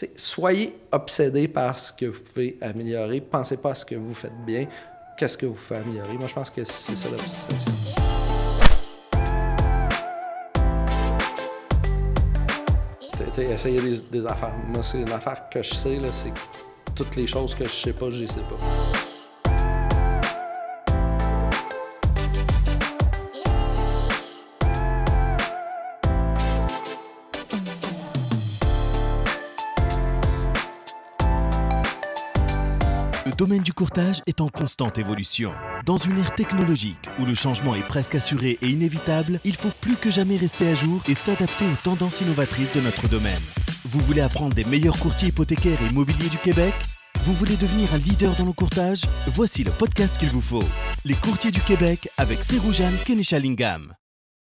soyez obsédés par ce que vous pouvez améliorer. Pensez pas à ce que vous faites bien. Qu'est-ce que vous pouvez améliorer? Moi, je pense que c'est ça l'obsession. Essayer des affaires. Moi, c'est une affaire que je sais, là, c'est que toutes les choses que je sais pas, je les sais pas. Le domaine du courtage est en constante évolution. Dans une ère technologique où le changement est presque assuré et inévitable, il faut plus que jamais rester à jour et s'adapter aux tendances innovatrices de notre domaine. Vous voulez apprendre des meilleurs courtiers hypothécaires et immobiliers du Québec? Vous voulez devenir un leader dans le courtage? Voici le podcast qu'il vous faut. Les courtiers du Québec avec Seroujane Kenishalingam.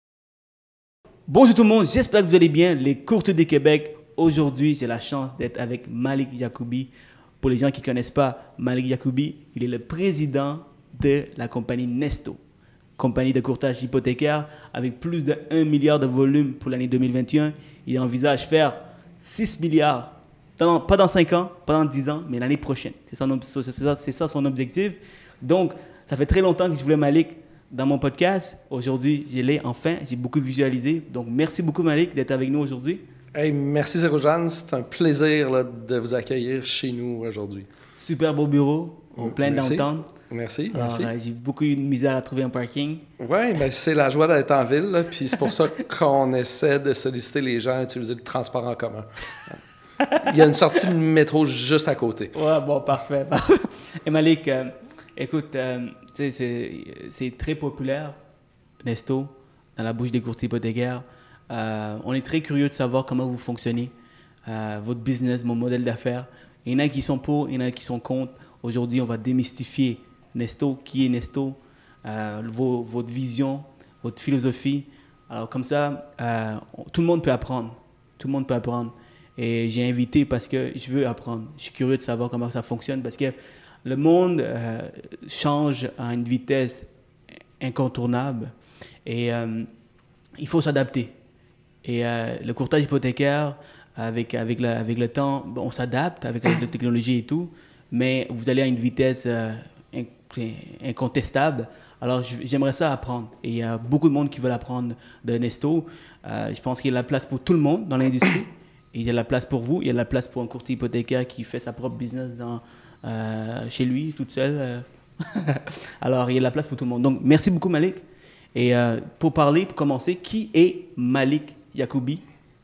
Bonjour tout le monde, j'espère que vous allez bien. Les courtiers du Québec, aujourd'hui j'ai la chance d'être avec Malik Yacoubi. Pour les gens qui ne connaissent pas Malik Yacoubi, il est le président de la compagnie Nesto, compagnie de courtage hypothécaire avec plus de 1 milliard de volume pour l'année 2021. Il envisage faire 6 milliards, pas dans 5 ans, pas dans 10 ans, mais l'année prochaine. C'est ça son objectif. Donc, ça fait très longtemps que je voulais Malik dans mon podcast. Aujourd'hui, je l'ai enfin, j'ai beaucoup visualisé. Donc, merci beaucoup Malik d'être avec nous aujourd'hui. Hey, merci Seroujane, c'est un plaisir là, de vous accueillir chez nous aujourd'hui. Super beau bureau, plein downtown. Merci, Alors, merci. j'ai beaucoup eu de misère à trouver un parking. Oui, ben, c'est la joie d'être en ville, là, puis c'est pour ça qu'on essaie de solliciter les gens à utiliser le transport en commun. Il y a une sortie de métro juste à côté. Ouais, bon, parfait. Et Malik, écoute, c'est très populaire, Nesto, dans la bouche des courtiers hypothécaires. On est très curieux de savoir comment vous fonctionnez, votre business, mon modèle d'affaires. Il y en a qui sont pour, il y en a qui sont contre. Aujourd'hui, on va démystifier Nesto, qui est Nesto, votre vision, votre philosophie. Alors comme ça, tout le monde peut apprendre. Tout le monde peut apprendre. Et j'ai invité parce que je veux apprendre. Je suis curieux de savoir comment ça fonctionne parce que le monde change à une vitesse incontournable et il faut s'adapter. Et le courtage hypothécaire, avec le temps, on s'adapte avec la technologie et tout, mais vous allez à une vitesse incontestable. Alors, j'aimerais ça apprendre. Et il y a beaucoup de monde qui veut apprendre de Nesto. Je pense qu'il y a la place pour tout le monde dans l'industrie. Et il y a la place pour vous. Il y a la place pour un courtier hypothécaire qui fait sa propre business chez lui, toute seule. Alors, il y a la place pour tout le monde. Donc, merci beaucoup, Malik. Et pour commencer, qui est Malik Yacoubi?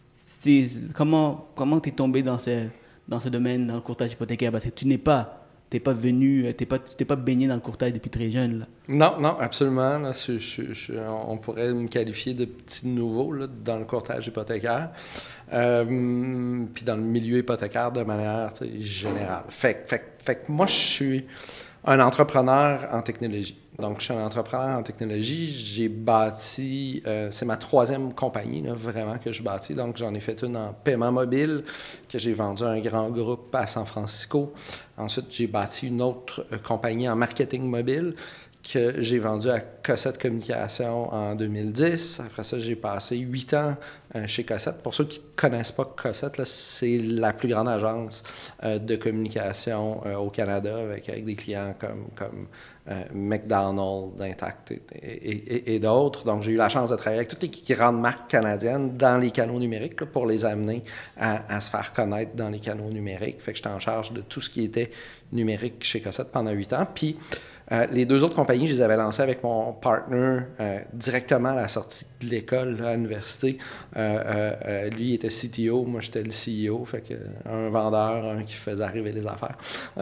Comment tu es tombé dans ce domaine, dans le courtage hypothécaire? Parce que tu n'es pas baigné dans le courtage depuis très jeune. Là. Non, absolument. Là, on pourrait me qualifier de petit nouveau là, dans le courtage hypothécaire, puis dans le milieu hypothécaire de manière générale. Fait que moi, je suis un entrepreneur en technologie. Donc, je suis un entrepreneur en technologie. J'ai bâti, c'est ma 3e compagnie, là, vraiment, que je bâtis. Donc, j'en ai fait une en paiement mobile que j'ai vendue à un grand groupe à San Francisco. Ensuite, j'ai bâti une autre compagnie en marketing mobile que j'ai vendue à Cossette Communication en 2010. Après ça, j'ai passé 8 ans chez Cossette. Pour ceux qui ne connaissent pas Cossette, là, c'est la plus grande agence de communication au Canada avec des clients comme McDonald's, Intact et d'autres. Donc, j'ai eu la chance de travailler avec toutes les grandes marques canadiennes dans les canaux numériques là, pour les amener à se faire connaître dans les canaux numériques. Fait que j'étais en charge de tout ce qui était numérique chez Cossette pendant 8 ans. Puis, les 2 autres compagnies, je les avais lancées avec mon partner directement à la sortie de l'école, là, à l'université. Lui, il était CTO, moi, j'étais le CEO. Fait que un vendeur, un qui faisait arriver les affaires.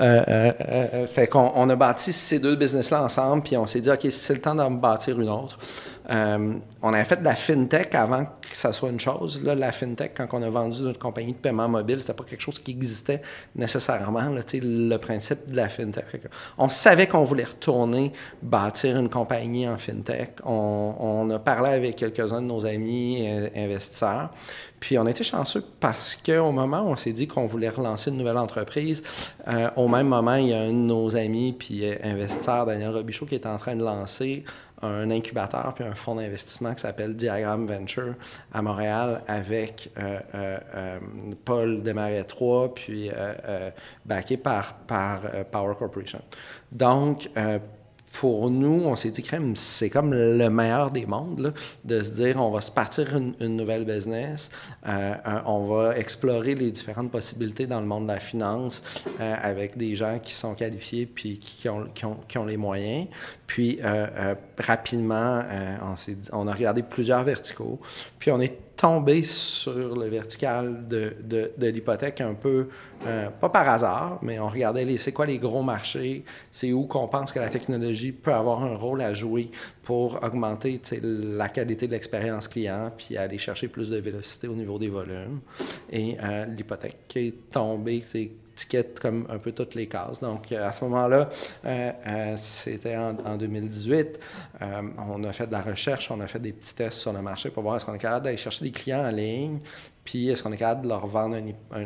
Fait qu'on a bâti ces 2 business-là ensemble, puis on s'est dit, OK, c'est le temps d'en bâtir une autre. On avait fait de la fintech avant que ça soit une chose. Là, la fintech, quand on a vendu notre compagnie de paiement mobile, c'était pas quelque chose qui existait nécessairement, là, le principe de la fintech. On savait qu'on voulait retourner bâtir une compagnie en fintech. On a parlé avec quelques-uns de nos amis investisseurs. Puis on a été chanceux parce qu'au moment où on s'est dit qu'on voulait relancer une nouvelle entreprise, au même moment, il y a un de nos amis puis investisseur, Daniel Robichaud, qui est en train de lancer un incubateur puis un fonds d'investissement qui s'appelle Diagram Venture à Montréal avec Paul Desmarais III, puis backé par Power Corporation. Donc, pour nous, on s'est dit, crème, c'est comme le meilleur des mondes, là, de se dire, on va se partir une nouvelle business, on va explorer les différentes possibilités dans le monde de la finance avec des gens qui sont qualifiés puis qui ont les moyens. Puis, rapidement, on a regardé plusieurs verticaux, puis on est tombé sur le vertical de l'hypothèque un peu, pas par hasard, mais on regardait c'est quoi les gros marchés, c'est où qu'on pense que la technologie peut avoir un rôle à jouer pour augmenter la qualité de l'expérience client puis aller chercher plus de vélocité au niveau des volumes. Et l'hypothèque est tombée, ticket comme un peu toutes les cases. Donc, à ce moment-là, c'était en 2018. On a fait de la recherche, on a fait des petits tests sur le marché pour voir est-ce qu'on est capable d'aller chercher des clients en ligne, puis est-ce qu'on est capable de leur vendre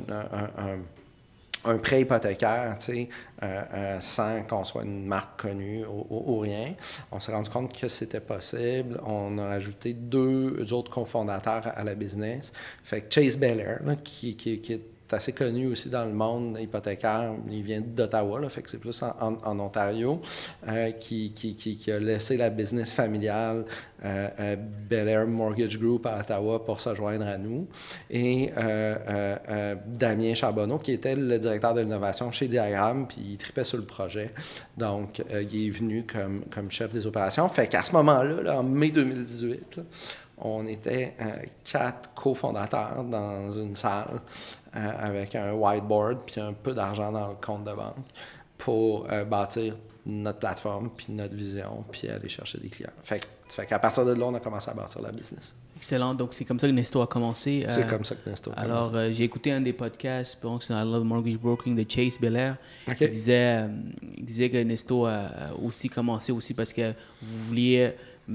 un prêt hypothécaire, sans qu'on soit une marque connue ou rien. On s'est rendu compte que c'était possible. On a ajouté 2 autres cofondateurs à la business. Fait que Chase Belair, là, qui est assez connu aussi dans le monde hypothécaire. Il vient d'Ottawa, là, fait que c'est plus en Ontario, qui a laissé la business familiale Belair Mortgage Group à Ottawa pour se joindre à nous. Et Damien Charbonneau, qui était le directeur de l'innovation chez Diagram, puis il tripait sur le projet. Donc, il est venu comme chef des opérations. Fait qu'à ce moment-là, là, en mai 2018, là, on était 4 cofondateurs dans une salle avec un whiteboard puis un peu d'argent dans le compte de banque pour bâtir notre plateforme puis notre vision puis aller chercher des clients. Fait qu'à partir de là, on a commencé à bâtir la business. Excellent. Donc, c'est comme ça que Nesto a commencé. C'est comme ça que Nesto a commencé. Alors, j'ai écouté un des podcasts, je pense, I Love Mortgage Broking de Chase Belair. Okay. Il disait que Nesto a aussi commencé aussi parce que vous vouliez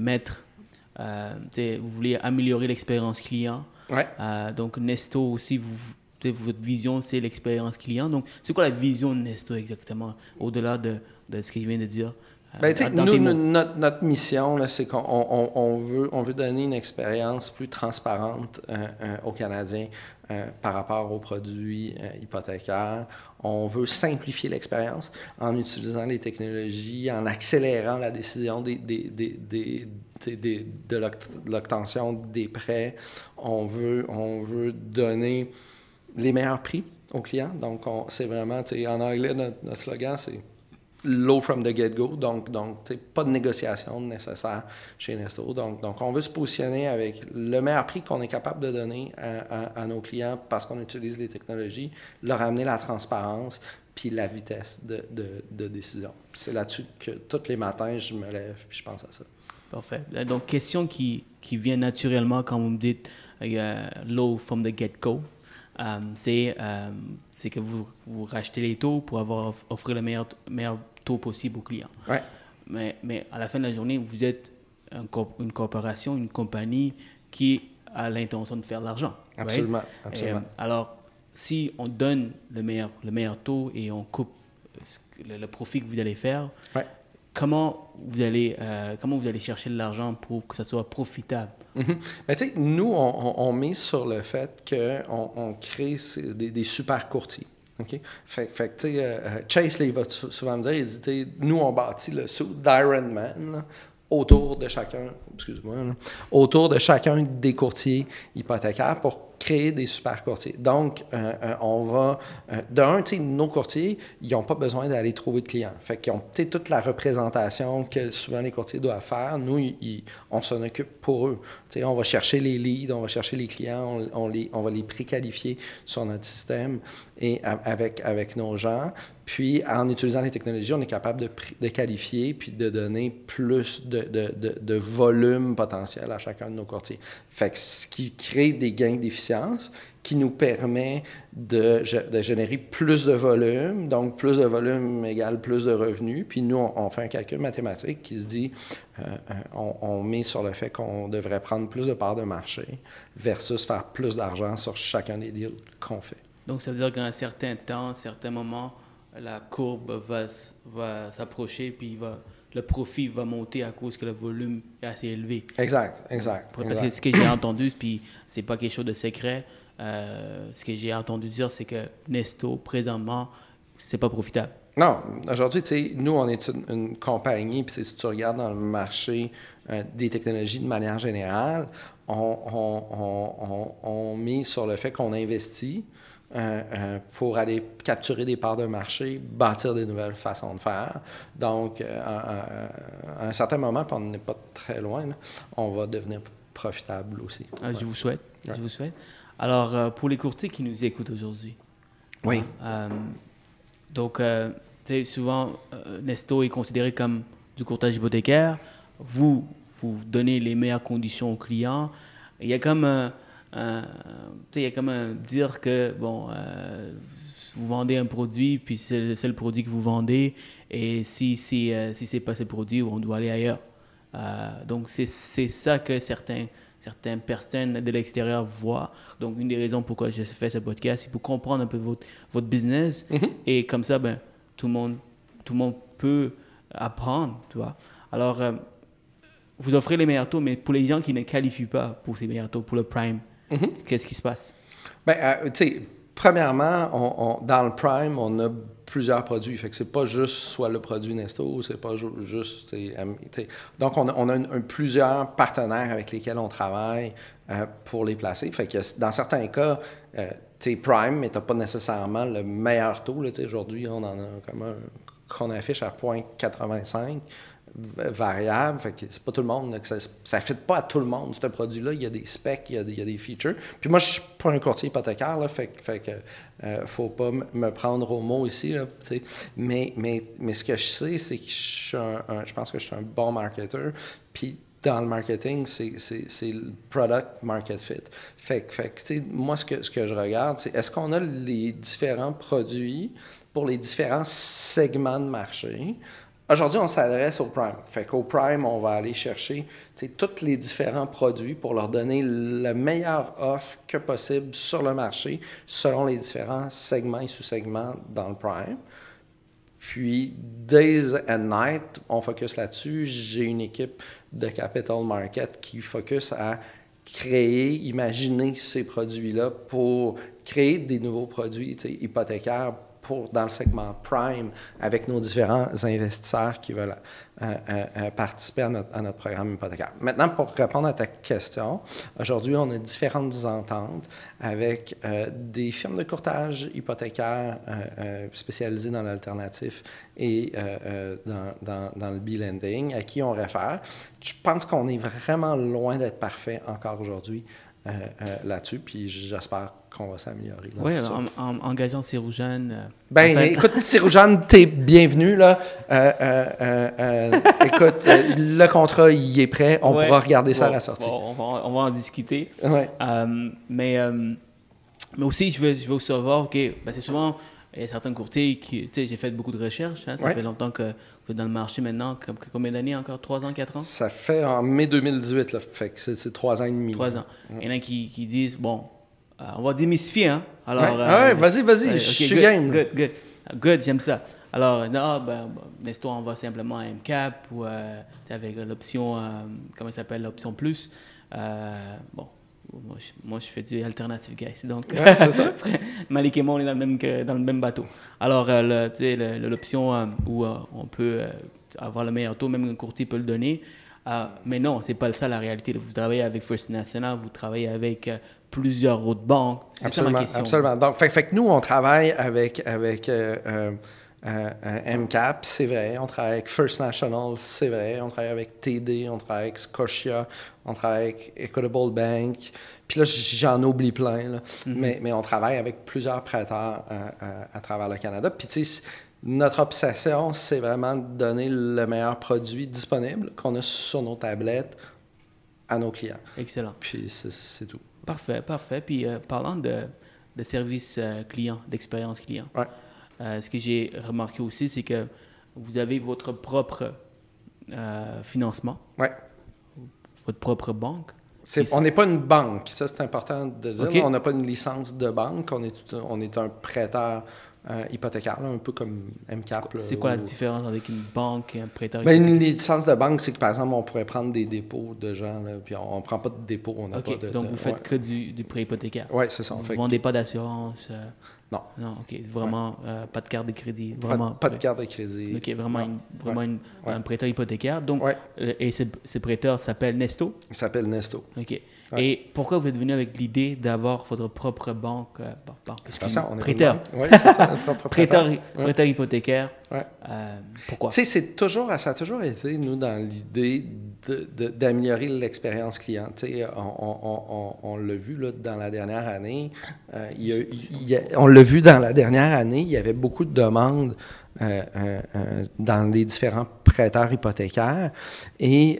vous vouliez améliorer l'expérience client. Ouais. Donc, Nesto aussi, votre vision, c'est l'expérience client. Donc, c'est quoi la vision de Nesto exactement, au-delà de ce que je viens de dire? Notre mission, là, c'est qu'on veut donner une expérience plus transparente aux Canadiens par rapport aux produits hypothécaires. On veut simplifier l'expérience en utilisant les technologies, en accélérant la décision de l'obtention des prêts. On veut donner les meilleurs prix aux clients. Donc, c'est vraiment, en anglais, notre slogan, c'est low from the get-go, donc pas de négociation nécessaire chez Nesto. Donc, on veut se positionner avec le meilleur prix qu'on est capable de donner à nos clients parce qu'on utilise les technologies, leur amener la transparence puis la vitesse de décision. C'est là-dessus que tous les matins, je me lève puis je pense à ça. Parfait. Donc, question qui vient naturellement quand vous me dites low from the get-go. C'est que vous rachetez les taux pour offrir le meilleur taux possible aux clients. Ouais. Mais à la fin de la journée, vous êtes une corporation, une compagnie qui a l'intention de faire de l'argent. Absolument. Right? Absolument. Alors, si on donne le meilleur taux et on coupe le profit que vous allez faire, ouais. Comment vous allez chercher de l'argent pour que ça soit profitable? Mm-hmm. Mais tu sais, nous, on mise sur le fait qu'on crée des super courtiers. OK? Fait que, tu sais, Chase, là, il va souvent me dire, il dit, nous, on bâtit le saut d'Ironman autour de chacun des courtiers hypothécaires pour créer des super courtiers. Donc, on va... nos courtiers, ils n'ont pas besoin d'aller trouver de clients. Fait qu'ils ont toute la représentation que souvent les courtiers doivent faire. Nous, on s'en occupe pour eux. T'sais, on va chercher les leads, on va chercher les clients, on va les préqualifier sur notre système et avec nos gens. Puis, en utilisant les technologies, on est capable de qualifier puis de donner plus de volume potentiel à chacun de nos courtiers. Fait que ce qui crée des gains d'efficience qui nous permet de générer plus de volume. Donc, plus de volume égale plus de revenus. Puis nous, on fait un calcul mathématique qui se dit, on met sur le fait qu'on devrait prendre plus de parts de marché versus faire plus d'argent sur chacun des deals qu'on fait. Donc, ça veut dire qu'à un certain temps, à un certain moment, la courbe va s'approcher, puis le profit va monter à cause que le volume est assez élevé. Exact. Parce que ce que j'ai entendu, puis c'est pas quelque chose de secret, ce que j'ai entendu dire, c'est que Nesto, présentement, c'est pas profitable. Non, aujourd'hui, tu sais, nous, on est une compagnie, puis si tu regardes dans le marché des technologies de manière générale, on mise sur le fait qu'on investit pour aller capturer des parts de marché, bâtir des nouvelles façons de faire. Donc, à un certain moment, puis on n'est pas très loin, là, on va devenir profitable aussi. Je vous souhaite. Ouais. Je vous souhaite. Alors, pour les courtiers qui nous écoutent aujourd'hui, oui. Donc, souvent, Nesto est considéré comme du courtage hypothécaire. Vous donnez les meilleures conditions aux clients. Il y a comme un dire que, bon, vous vendez un produit, puis c'est le produit que vous vendez, et si c'est pas ce produit, on doit aller ailleurs. Donc, c'est ça que certaines personnes de l'extérieur voient. Donc, une des raisons pourquoi je fais ce podcast, c'est pour comprendre un peu votre business. Mm-hmm. Et comme ça, ben, tout le monde peut apprendre, tu vois. Alors, vous offrez les meilleurs taux, mais pour les gens qui ne qualifient pas pour ces meilleurs taux, pour le prime, mm-hmm. Qu'est-ce qui se passe? Bien, tu sais, premièrement, dans le prime, on a plusieurs produits. Fait que c'est pas juste soit le produit Nesto, c'est pas juste... Donc, on a plusieurs partenaires avec lesquels on travaille pour les placer. Fait que dans certains cas, tu es prime, mais tu n'as pas nécessairement le meilleur taux. Là, aujourd'hui, on en a comme un qu'on affiche à 0,85 variable. Fait que c'est pas tout le monde, là, que ça ne fit pas à tout le monde, ce produit-là. Il y a des specs, il y a des features. Puis moi, je suis pas un courtier hypothécaire, là, fait que faut pas me prendre au mot ici, là, mais ce que je sais, c'est que je pense que je suis un bon marketeur. Puis dans le marketing, c'est le product market fit. Fait que moi, ce que je regarde, c'est est-ce qu'on a les différents produits pour les différents segments de marché. Aujourd'hui, on s'adresse au Prime. Fait qu'au Prime, on va aller chercher tous les différents produits pour leur donner le meilleur offre que possible sur le marché selon les différents segments et sous-segments dans le Prime. Puis, Days and Night, on focus là-dessus. J'ai une équipe de Capital Market qui focus à créer, imaginer ces produits-là pour créer des nouveaux produits hypothécaires dans le segment Prime avec nos différents investisseurs qui veulent participer à notre programme hypothécaire. Maintenant, pour répondre à ta question, aujourd'hui, on a différentes ententes avec des firmes de courtage hypothécaire spécialisées dans l'alternatif et dans le B-lending à qui on réfère. Je pense qu'on est vraiment loin d'être parfait encore aujourd'hui là-dessus, puis j'espère qu'on va s'améliorer. Oui, en engageant Cyrojane. Écoute, Cyrojane, t'es bienvenue, là. Écoute, le contrat, il est prêt. On pourra regarder ça à la sortie. On va en discuter. Ouais. Mais aussi, je veux vous savoir, OK, c'est souvent, il y a certains courtiers qui, j'ai fait beaucoup de recherches. Ça fait longtemps que vous êtes dans le marché maintenant. Combien d'années encore? 3 ans, 4 ans? Ça fait en mai 2018, là. Fait que c'est 3 ans et demi. 3 ans. Il y en a qui disent, bon, on va démystifier, hein? Alors, vas-y, je suis game. Good, j'aime ça. Alors, Nesto, on va simplement à MCAP ou avec l'option, comment ça s'appelle, l'option plus. Moi, je fais du alternative, guys. Donc, c'est ça. Malik et moi, on est dans le même bateau. Alors, l'option où on peut avoir le meilleur taux, même un courtier peut le donner. Mais non, c'est pas ça la réalité. Vous travaillez avec First National, vous travaillez avec plusieurs autres banques. C'est ça ma question. Absolument. Donc, fait que nous, on travaille avec MCAP, c'est vrai. On travaille avec First National, c'est vrai. On travaille avec TD, on travaille avec Scotia, on travaille avec Equitable Bank. Puis là, j'en oublie plein. Là. Mm-hmm. Mais on travaille avec plusieurs prêteurs à travers le Canada. Puis tu sais, notre obsession, c'est vraiment de donner le meilleur produit disponible qu'on a sur nos tablettes à nos clients. Excellent. Puis c'est tout. Parfait. Puis parlant de service client, d'expérience client, ce que j'ai remarqué aussi, c'est que vous avez votre propre financement, votre propre banque. On n'est pas une banque, ça c'est important de dire. Okay. On n'a pas une licence de banque, on est un prêteur hypothécaire, là, un peu comme MCAP. C'est quoi la différence avec une banque et un prêteur Ben, hypothécaire? une licence de banque, c'est que, par exemple, on pourrait prendre des dépôts de gens, là, puis on ne prend pas de dépôt, on n'a OK, pas de... donc vous faites que du prêt hypothécaire. Oui, c'est ça. Vous ne vendez pas d'assurance? Non. Non, OK. Vraiment, pas de carte de crédit. Pas, Vraiment, pas de carte de crédit. OK, vraiment, Non. un prêteur hypothécaire. Donc, Ouais. et ce prêteur s'appelle Nesto? Il s'appelle Nesto. OK. Ouais. Et pourquoi vous êtes venu avec l'idée d'avoir votre propre banque, On est prêteur, oui, c'est ça, notre propre prêteur hypothécaire? Ouais. Pourquoi? Tu sais, ça a toujours été, nous, dans l'idée d'améliorer l'expérience client. Tu sais, on l'a vu là, dans la dernière année. On l'a vu dans la dernière année, il y avait beaucoup de demandes dans les différents prêteurs hypothécaires. Et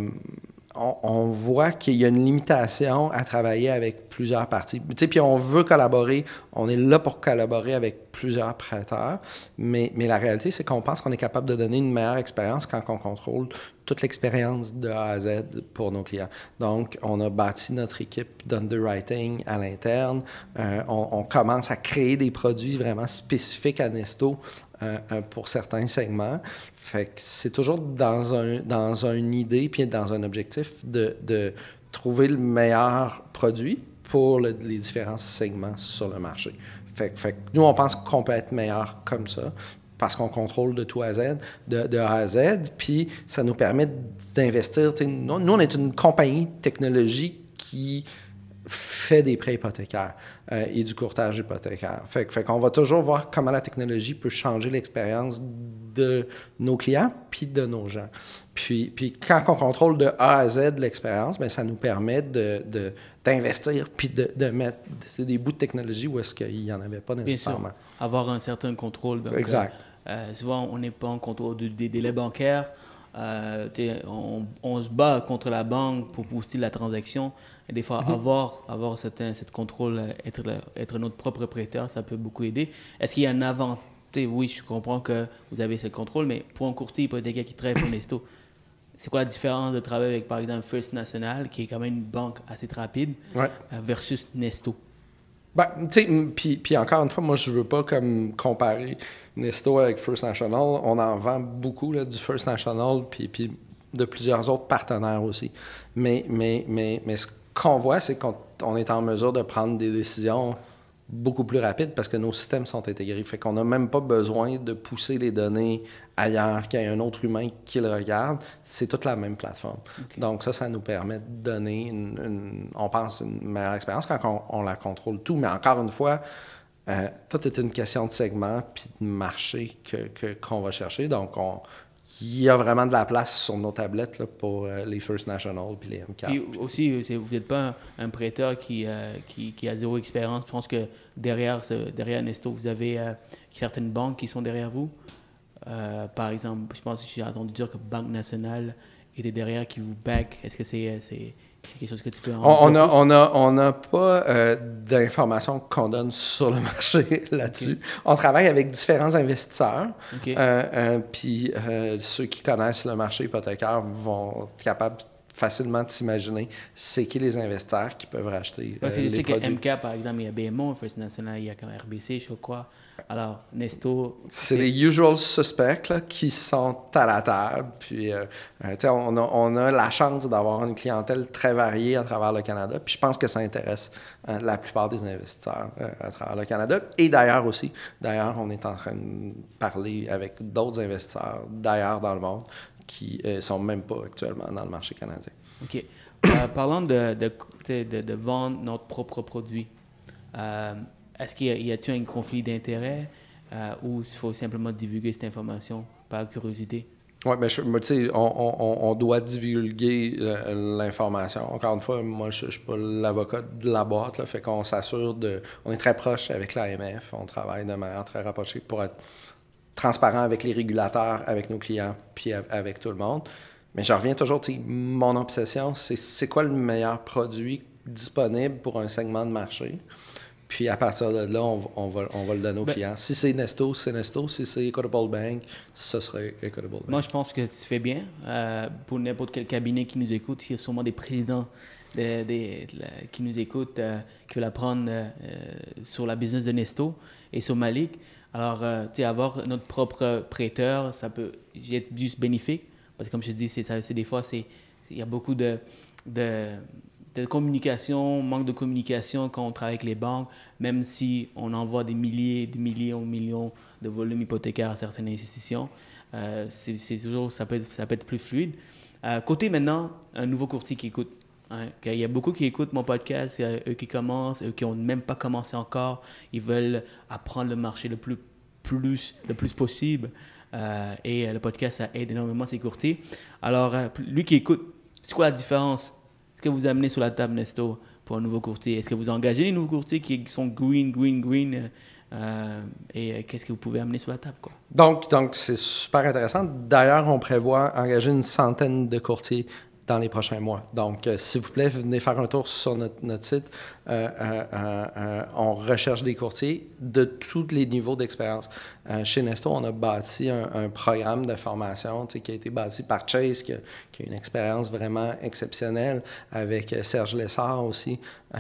on voit qu'il y a une limitation à travailler avec plusieurs parties. Tu sais, puis on veut collaborer, on est là pour collaborer avec plusieurs prêteurs, mais la réalité, c'est qu'on pense qu'on est capable de donner une meilleure expérience quand on contrôle toute l'expérience de A à Z pour nos clients. Donc, on a bâti notre équipe d'underwriting à l'interne. On commence à créer des produits vraiment spécifiques à Nesto pour certains segments. Fait que c'est toujours dans une idée puis dans un objectif de trouver le meilleur produit pour les différents segments sur le marché. Fait que nous, on pense qu'on peut être meilleur comme ça parce qu'on contrôle de tout à Z, de A à Z, puis ça nous permet d'investir. Nous, on est une compagnie technologique qui fait des prêts hypothécaires et du courtage hypothécaire. Fait qu'on va toujours voir comment la technologie peut changer l'expérience de nos clients puis de nos gens. Puis quand on contrôle de A à Z l'expérience, bien, ça nous permet d'investir puis de mettre des bouts de technologie où est-ce qu'il n'y en avait pas nécessairement. Bien sûr, avoir un certain contrôle. Donc, exact. Souvent, on n'est pas en contrôle des délais bancaires. On se bat contre la banque pour booster la transaction. Et des fois, avoir cette contrôle, être notre propre prêteur, ça peut beaucoup aider. Est-ce qu'il y a un avantage? Oui, je comprends que vous avez ce contrôle, mais pour un courtier hypothécaire qui travaille pour Nesto, c'est quoi la différence de travailler avec, par exemple, First National, qui est quand même une banque assez rapide, versus Nesto? Ben, tu sais, puis encore une fois, moi, je veux pas comme comparer Nesto avec First National. On en vend beaucoup, là, du First National, puis de plusieurs autres partenaires aussi. Mais ce qu'on voit, c'est qu'on est en mesure de prendre des décisions beaucoup plus rapides parce que nos systèmes sont intégrés. Fait qu'on n'a même pas besoin de pousser les données ailleurs, qu'il y ait un autre humain qui le regarde. C'est toute la même plateforme. Okay. Donc ça nous permet de donner, on pense, une meilleure expérience quand on la contrôle tout. Mais encore une fois, tout est une question de segment puis de marché qu'on va chercher. Donc, il y a vraiment de la place sur nos tablettes là, pour les First National puis les MCAP. Puis aussi, vous n'êtes pas un prêteur qui a zéro expérience. Je pense que derrière Nesto, vous avez certaines banques qui sont derrière vous. Par exemple, je pense que j'ai entendu dire que Banque Nationale était derrière, qui vous back. Est-ce que c'est quelque chose que tu peux en dire? On n'a pas d'informations qu'on donne sur le marché là-dessus. Okay. On travaille avec différents investisseurs. Okay. Puis ceux qui connaissent le marché hypothécaire vont être capables facilement de s'imaginer c'est qui les investisseurs qui peuvent racheter les produits. C'est que MK, par exemple, il y a BMO, First National, il y a quand RBC, je crois. Alors, Nesto... C'est les usual suspects là, qui sont à la table. Puis, on a la chance d'avoir une clientèle très variée à travers le Canada. Puis, je pense que ça intéresse la plupart des investisseurs à travers le Canada. Et d'ailleurs aussi. D'ailleurs, on est en train de parler avec d'autres investisseurs d'ailleurs dans le monde qui ne sont même pas actuellement dans le marché canadien. OK. Parlant de vendre notre propre produit, est-ce qu'il y a-t-il un conflit d'intérêts ou il faut simplement divulguer cette information par curiosité? Oui, mais tu sais, on doit divulguer l'information. Encore une fois, moi, je ne suis pas l'avocat de la boîte, là, fait qu'on s'assure on est très proche avec l'AMF, on travaille de manière très rapprochée pour être transparent avec les régulateurs, avec nos clients, puis avec tout le monde. Mais je reviens toujours, tu sais, mon obsession, c'est quoi le meilleur produit disponible pour un segment de marché? Puis à partir de là, on va le donner aux clients. Si c'est Nesto, c'est Nesto. Si c'est Equitable Bank, ce serait Equitable Bank. Moi, je pense que tu fais bien. Pour n'importe quel cabinet qui nous écoute, il y a sûrement des présidents qui nous écoutent, qui veulent apprendre sur la business de Nesto et sur Malik. Alors, avoir notre propre prêteur, ça peut être juste bénéfique. Parce que comme je te dis, c'est des fois, il y a beaucoup de communication, manque de communication quand on travaille avec les banques, même si on envoie des millions de volumes hypothécaires à certaines institutions. C'est toujours, ça peut être plus fluide. Côté maintenant, un nouveau courtier qui écoute. Hein, il y a beaucoup qui écoutent mon podcast, il y a eux qui commencent, eux qui n'ont même pas commencé encore. Ils veulent apprendre le marché le plus possible. Et le podcast, ça aide énormément ces courtiers. Alors, lui qui écoute, c'est quoi la différence? Est-ce que vous amenez sur la table, Nesto, pour un nouveau courtier? Est-ce que vous engagez les nouveaux courtiers qui sont green? Et qu'est-ce que vous pouvez amener sur la table, quoi? Donc, c'est super intéressant. D'ailleurs, on prévoit engager une centaine de courtiers dans les prochains mois. Donc, s'il vous plaît, venez faire un tour sur notre site. On recherche des courtiers de tous les niveaux d'expérience. Chez Nesto, on a bâti un programme de formation qui a été bâti par Chase, qui a une expérience vraiment exceptionnelle, avec Serge Lessard aussi,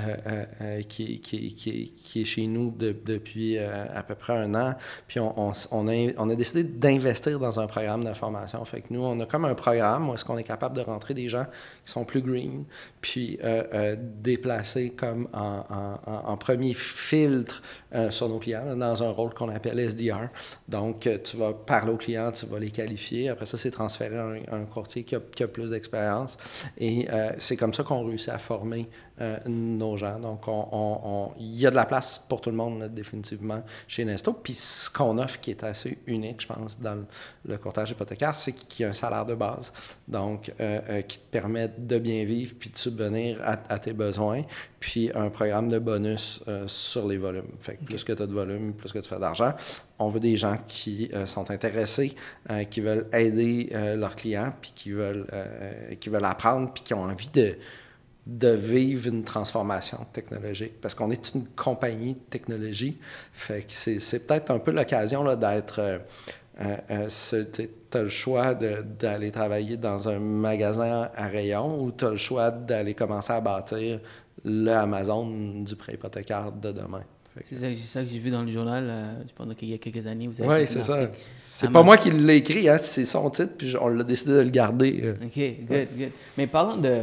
qui est chez nous depuis à peu près 1 an. Puis on a décidé d'investir dans un programme de formation. Fait que nous, on a comme un programme où est-ce qu'on est capable de rentrer des gens qui sont plus green, puis déplacer comme en premier filtre sur nos clients, là, dans un rôle qu'on appelle SDR. Donc, tu vas parler aux clients, tu vas les qualifier. Après ça, c'est transféré à un courtier qui a plus d'expérience. Et c'est comme ça qu'on réussit à former nos gens. Donc, il y a de la place pour tout le monde, là, définitivement, chez Nesto. Puis, ce qu'on offre qui est assez unique, je pense, dans le courtage hypothécaire, c'est qu'il y a un salaire de base. Donc, qui te permet de bien vivre puis de subvenir à tes besoins. Puis, un programme de bonus sur les volumes. Fait que plus que tu as de volume, plus que tu fais d'argent. On veut des gens qui sont intéressés, qui veulent aider leurs clients, puis qui veulent apprendre, puis qui ont envie de vivre une transformation technologique. Parce qu'on est une compagnie de technologie. Fait que c'est peut-être un peu l'occasion là, d'être... tu as le choix d'aller travailler dans un magasin à rayon ou tu as le choix d'aller commencer à bâtir le Amazon du prêt hypothécaire de demain. C'est ça que j'ai vu dans le journal pendant qu'il y a quelques années. Oui, c'est ça. C'est pas moi qui l'ai écrit, hein, c'est son titre, puis on l'a décidé de le garder. OK, good. Mais parlons des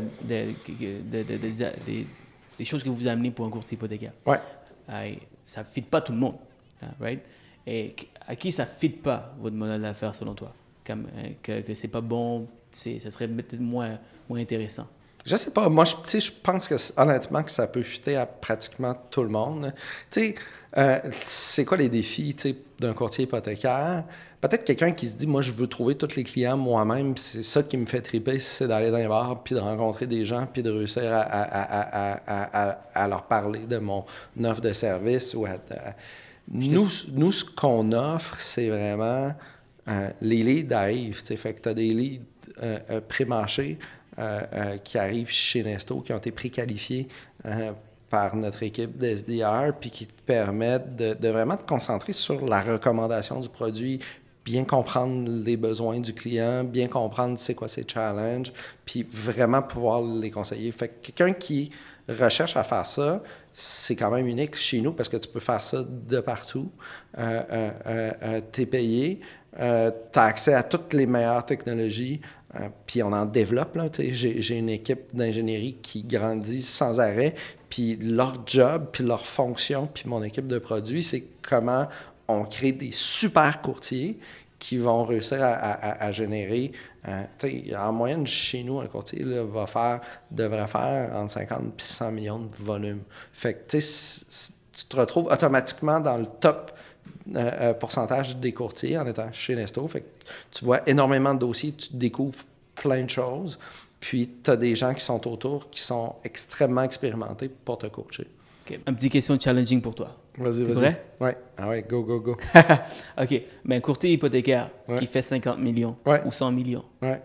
choses que vous amenez pour un courtier hypothécaire. Ouais. Ça ne fit pas tout le monde, right? Et à qui ça ne fit pas, votre modèle d'affaires, selon toi? Que c'est pas bon, ça serait peut-être moins intéressant. Je sais pas. Moi, je pense que honnêtement que ça peut fitter à pratiquement tout le monde. Tu sais, c'est quoi les défis d'un courtier hypothécaire? Peut-être quelqu'un qui se dit, moi, je veux trouver tous les clients moi-même, c'est ça qui me fait triper, c'est d'aller dans les bars, puis de rencontrer des gens, puis de réussir à leur parler de mon offre de service. Nous, ce qu'on offre, c'est vraiment les leads arrivent. Fait que tu as des leads pré-marchés qui arrivent chez Nesto, qui ont été préqualifiés par notre équipe d'SDR, puis qui te permettent de vraiment te concentrer sur la recommandation du produit, bien comprendre les besoins du client, bien comprendre c'est quoi ses challenges, puis vraiment pouvoir les conseiller. Fait que quelqu'un qui recherche à faire ça, c'est quand même unique chez nous parce que tu peux faire ça de partout. T'es payé, t'as accès à toutes les meilleures technologies, puis on en développe. Là, j'ai une équipe d'ingénierie qui grandit sans arrêt, puis leur job, puis leur fonction, puis mon équipe de produits, c'est comment on crée des super courtiers qui vont réussir à générer. En moyenne, chez nous, un courtier là, devrait faire entre 50 et 100 millions de volume. Fait que tu te retrouves automatiquement dans le top pourcentage des courtiers en étant chez Nesto. Fait que tu vois énormément de dossiers, tu découvres plein de choses. Puis, tu as des gens qui sont autour qui sont extrêmement expérimentés pour te coacher. Okay. Une petite question challenging pour toi. Vas-y. Prêt? Oui. Ah ouais, go. OK. Mais un courtier hypothécaire qui fait 50 millions ou 100 millions,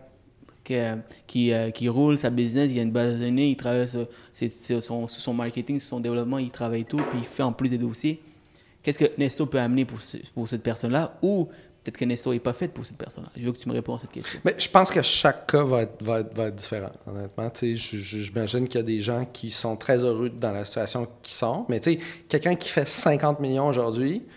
qui roule sa business, il a une base de données, il travaille sur son marketing, sur son développement, il travaille tout, puis il fait en plus des dossiers. Qu'est-ce que Nesto peut amener pour cette personne-là? Ou peut-être que Nesto n'est pas fait pour cette personne-là. Je veux que tu me réponds à cette question. Mais je pense que chaque cas va être différent, honnêtement. J'imagine qu'il y a des gens qui sont très heureux dans la situation qu'ils sont. Mais quelqu'un qui fait 50 millions aujourd'hui,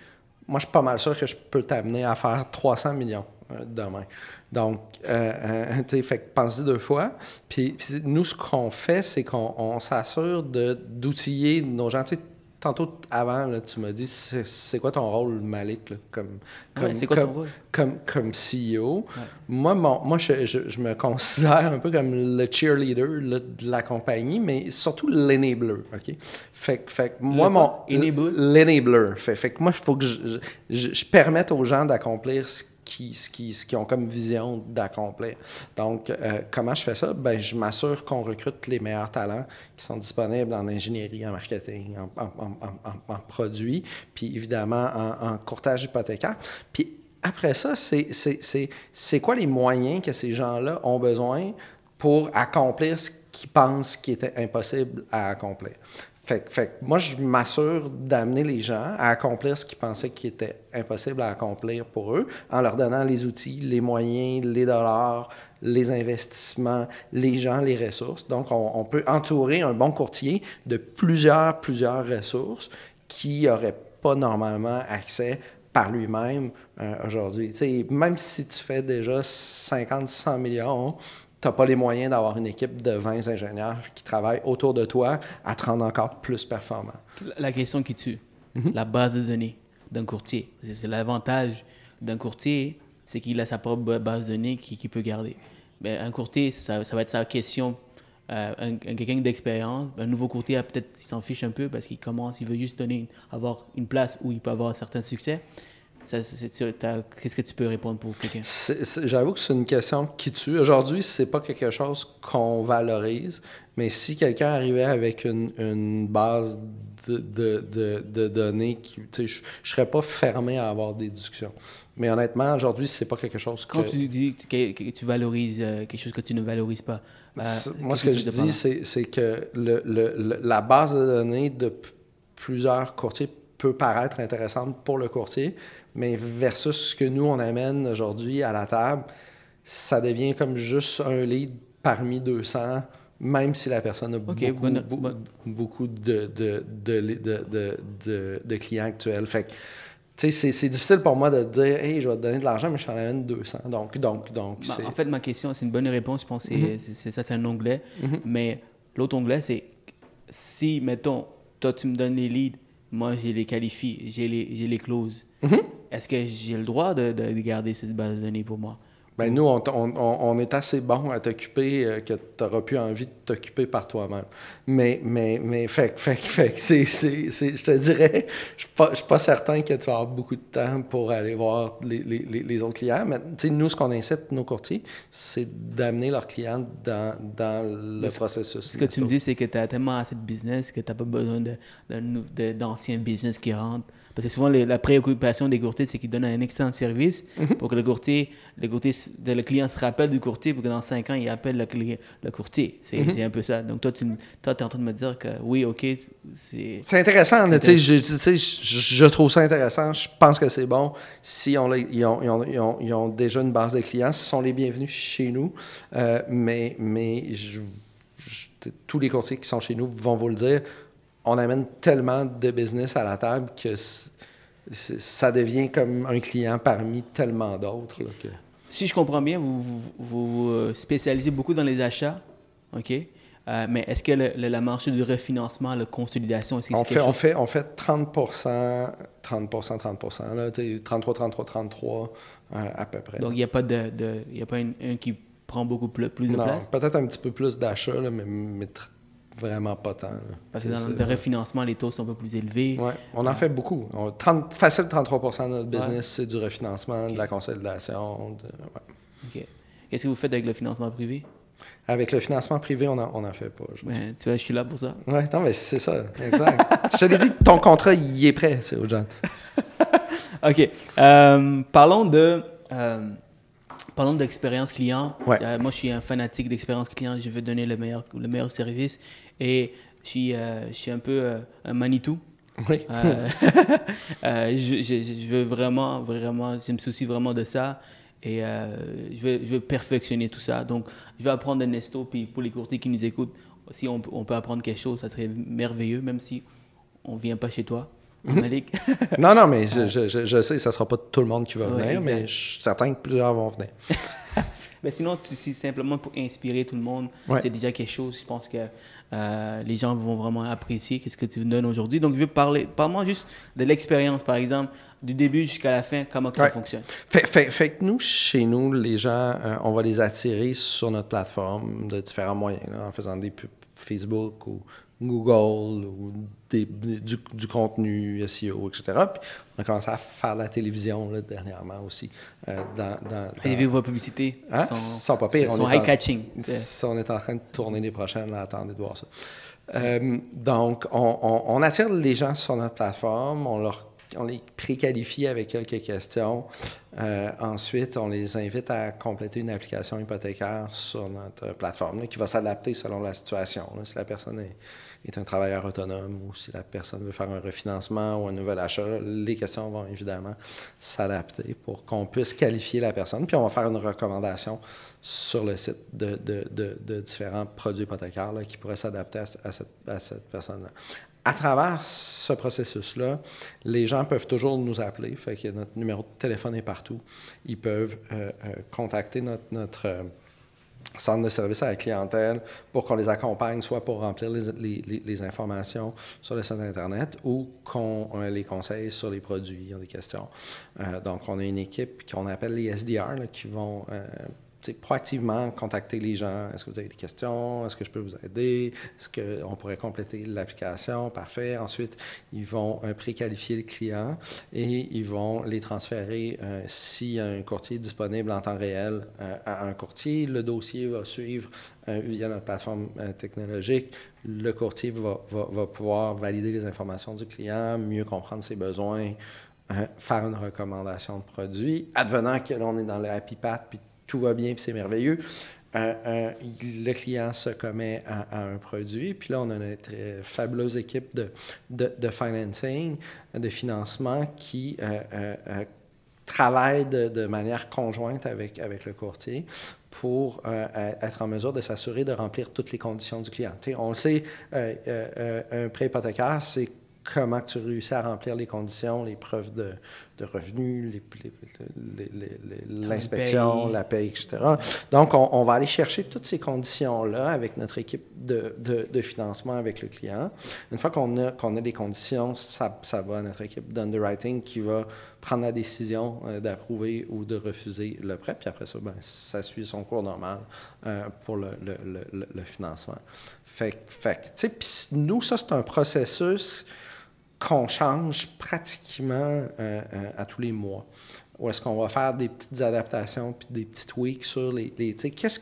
moi, je suis pas mal sûr que je peux t'amener à faire 300 millions demain. Donc, tu sais, fait que pense-y 2 fois. Puis nous, ce qu'on fait, c'est qu'on s'assure d'outiller nos gens. Tu sais, tantôt, avant, là, tu m'as dit, c'est quoi ton rôle, Malik, là, c'est quoi ton rôle? Comme CEO? Ouais. Moi, je me considère un peu comme le cheerleader là, de la compagnie, mais surtout l'enabler, OK? Fait que moi, l'enabler. Fait que moi, il faut que je permette aux gens d'accomplir ce qu'ils ont comme vision d'accomplir. Donc, comment je fais ça? Ben, je m'assure qu'on recrute les meilleurs talents qui sont disponibles en ingénierie, en marketing, en produits, puis évidemment en courtage hypothécaire. Puis après ça, c'est quoi les moyens que ces gens-là ont besoin pour accomplir ce qu'ils pensent qui était impossible à accomplir. Fait que moi, je m'assure d'amener les gens à accomplir ce qu'ils pensaient qui était impossible à accomplir pour eux, en leur donnant les outils, les moyens, les dollars, les investissements, les gens, les ressources. Donc, on peut entourer un bon courtier de plusieurs ressources qui n'auraient pas normalement accès par lui-même aujourd'hui. Tu sais, même si tu fais déjà 50-100 millions, tu n'as pas les moyens d'avoir une équipe de 20 ingénieurs qui travaillent autour de toi à te rendre encore plus performant. La question qui tue, la base de données d'un courtier. C'est l'avantage d'un courtier, c'est qu'il a sa propre base de données qu'il peut garder. Mais un courtier, ça va être sa question. Quelqu'un d'expérience, un nouveau courtier, peut-être il s'en fiche un peu parce qu'il commence, il veut juste avoir une place où il peut avoir un certain succès. Qu'est-ce que tu peux répondre pour quelqu'un? J'avoue que c'est une question qui tue. Aujourd'hui, c'est pas quelque chose qu'on valorise, mais si quelqu'un arrivait avec une base de données, je ne serais pas fermé à avoir des discussions. Mais honnêtement, aujourd'hui, c'est pas quelque chose que... Quand tu dis que tu valorises quelque chose que tu ne valorises pas... moi, ce que je dis, c'est que la base de données de plusieurs courtiers peut paraître intéressante pour le courtier, mais versus ce que nous, on amène aujourd'hui à la table, ça devient comme juste un lead parmi 200, même si la personne a beaucoup de clients actuels. Fait que, tu sais, c'est difficile pour moi de te dire « Hey, je vais te donner de l'argent, mais je t'en amène 200. » Donc en fait, ma question, c'est une bonne réponse. Je pense que c'est un onglet. Mais l'autre onglet, c'est si, mettons, toi, tu me donnes les leads, moi, je les qualifie, j'ai les clauses. Est-ce que j'ai le droit de garder cette base de données pour moi? Bien, nous, on est assez bon à t'occuper que tu n'auras plus envie de t'occuper par toi-même. Mais fait que je te dirais, je ne suis pas certain que tu vas avoir beaucoup de temps pour aller voir les autres clients. Mais nous, ce qu'on incite nos courtiers, c'est d'amener leurs clients dans le processus. Ce que tu me dis, c'est que tu as tellement assez de business que tu n'as pas besoin d'anciens business qui rentrent. Parce que souvent, la préoccupation des courtiers, c'est qu'ils donnent un excellent service pour que le client se rappelle du courtier pour que dans 5 ans, il appelle le courtier. C'est un peu ça. Donc, toi, tu es en train de me dire que oui, OK, c'est... C'est intéressant. Je trouve ça intéressant. Je pense que c'est bon. Si ils ont déjà une base de clients, ils sont les bienvenus chez nous. Mais tous les courtiers qui sont chez nous vont vous le dire. On amène tellement de business à la table que ça devient comme un client parmi tellement d'autres. Si je comprends bien, vous spécialisez beaucoup dans les achats, OK? Mais est-ce que la marché de refinancement, la consolidation, est-ce que on fait 30%, là, 33, à peu près. Donc, il n'y a pas un qui prend beaucoup plus de place? Non, peut-être un petit peu plus d'achats, mais vraiment pas tant. Là. Parce que dans le refinancement, les taux sont un peu plus élevés. Oui, on en fait beaucoup. Facile 33% de notre business, c'est du refinancement, de la consolidation. OK. Qu'est-ce que vous faites avec le financement privé? Avec le financement privé, on n'en fait pas. Ben, tu vois, je suis là pour ça. Oui, non, mais c'est ça, exact. Je te l'ai dit, ton contrat, il est prêt, c'est aux gens. OK. Parlons d'expérience client. Ouais. Moi, je suis un fanatique d'expérience client. Je veux donner le meilleur service. Et je suis un peu un Manitou. Oui. Je veux vraiment, je me soucie vraiment de ça. Et je veux perfectionner tout ça. Donc, je vais apprendre de Nesto. Puis pour les courtiers qui nous écoutent, si on peut apprendre quelque chose, ça serait merveilleux, même si on ne vient pas chez toi. Malik. Non, mais je sais, ça ne sera pas tout le monde qui va venir, exact. mais je suis certain que plusieurs vont venir. Mais sinon, c'est simplement pour inspirer tout le monde. Ouais. C'est déjà quelque chose. Je pense que les gens vont vraiment apprécier ce que tu nous donnes aujourd'hui. Donc, je veux parle-moi juste de l'expérience, par exemple, du début jusqu'à la fin, comment que ça fonctionne. Fait que nous, chez nous, les gens, on va les attirer sur notre plateforme de différents moyens, là, en faisant des pubs Facebook ou Google ou du contenu SEO, etc. Puis on a commencé à faire de la télévision là, dernièrement aussi. Avez-vu vos publicités? Hein? Sont pas pires. Sont eye-catching. On est en train de tourner les prochaines, là, attendez de voir ça. Donc, on attire les gens sur notre plateforme, on les préqualifie avec quelques questions. Ensuite, on les invite à compléter une application hypothécaire sur notre plateforme là, qui va s'adapter selon la situation. Là, si la personne est un travailleur autonome ou si la personne veut faire un refinancement ou un nouvel achat, là, les questions vont évidemment s'adapter pour qu'on puisse qualifier la personne. Puis on va faire une recommandation sur le site de différents produits hypothécaires là, qui pourraient s'adapter à cette personne-là. À travers ce processus-là, les gens peuvent toujours nous appeler. Fait que notre numéro de téléphone est partout. Ils peuvent contacter notre centre de service à la clientèle pour qu'on les accompagne, soit pour remplir les informations sur le site Internet ou qu'on les conseille sur les produits. Ils ont des questions. Donc, on a une équipe qu'on appelle les SDR là, qui vont proactivement contacter les gens. Est-ce que vous avez des questions? Est-ce que je peux vous aider? Est-ce qu'on pourrait compléter l'application? Parfait. Ensuite, ils vont préqualifier le client et ils vont les transférer s'il y a un courtier disponible en temps réel à un courtier. Le dossier va suivre via notre plateforme technologique. Le courtier va pouvoir valider les informations du client, mieux comprendre ses besoins, faire une recommandation de produit. Advenant que l'on est dans le happy path, puis tout va bien, puis c'est merveilleux. Le client se commet à un produit, puis là, on a notre fabuleuse équipe de financing, de financement qui travaille de manière conjointe avec le courtier pour être en mesure de s'assurer de remplir toutes les conditions du client. T'sais, on le sait, un prêt hypothécaire, c'est comment tu réussis à remplir les conditions, les preuves de revenus, l'inspection, la paie, etc. Donc, on va aller chercher toutes ces conditions-là avec notre équipe de financement avec le client. Une fois qu'on a des conditions, ça va à notre équipe d'underwriting qui va prendre la décision d'approuver ou de refuser le prêt. Puis après ça, ça suit son cours normal pour le financement. Fait tu sais, puis nous, ça, c'est un processus qu'on change pratiquement à tous les mois. Ou est-ce qu'on va faire des petites adaptations puis des petits tweaks sur les tu sais,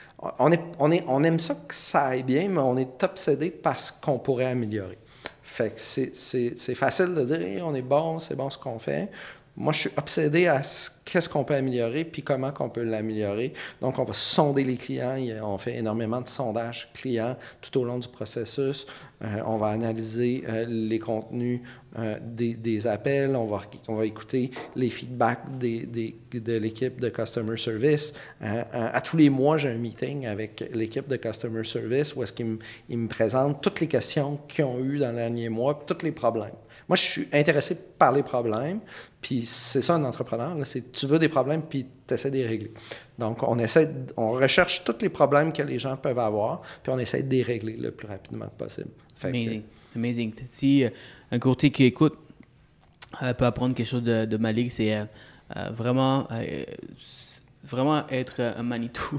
on aime ça que ça aille bien, mais on est obsédé par ce qu'on pourrait améliorer. Fait que c'est facile de dire hey, on est bon, c'est bon ce qu'on fait. Moi, je suis obsédé à qu'est-ce qu'on peut améliorer puis comment qu'on peut l'améliorer. Donc, on va sonder les clients. On fait énormément de sondages clients tout au long du processus. On va analyser les contenus des appels. On va écouter les feedbacks de l'équipe de Customer Service. À tous les mois, j'ai un meeting avec l'équipe de Customer Service où est-ce qu'ils me présentent toutes les questions qu'ils ont eues dans le dernier mois puis tous les problèmes. Moi, je suis intéressé par les problèmes, puis c'est ça un entrepreneur, là, c'est tu veux des problèmes, puis tu essaies de les régler. Donc, on recherche tous les problèmes que les gens peuvent avoir, puis on essaie de les régler le plus rapidement possible. Amazing. Si un courtier qui écoute peut apprendre quelque chose de Malik, c'est vraiment être un Manitou,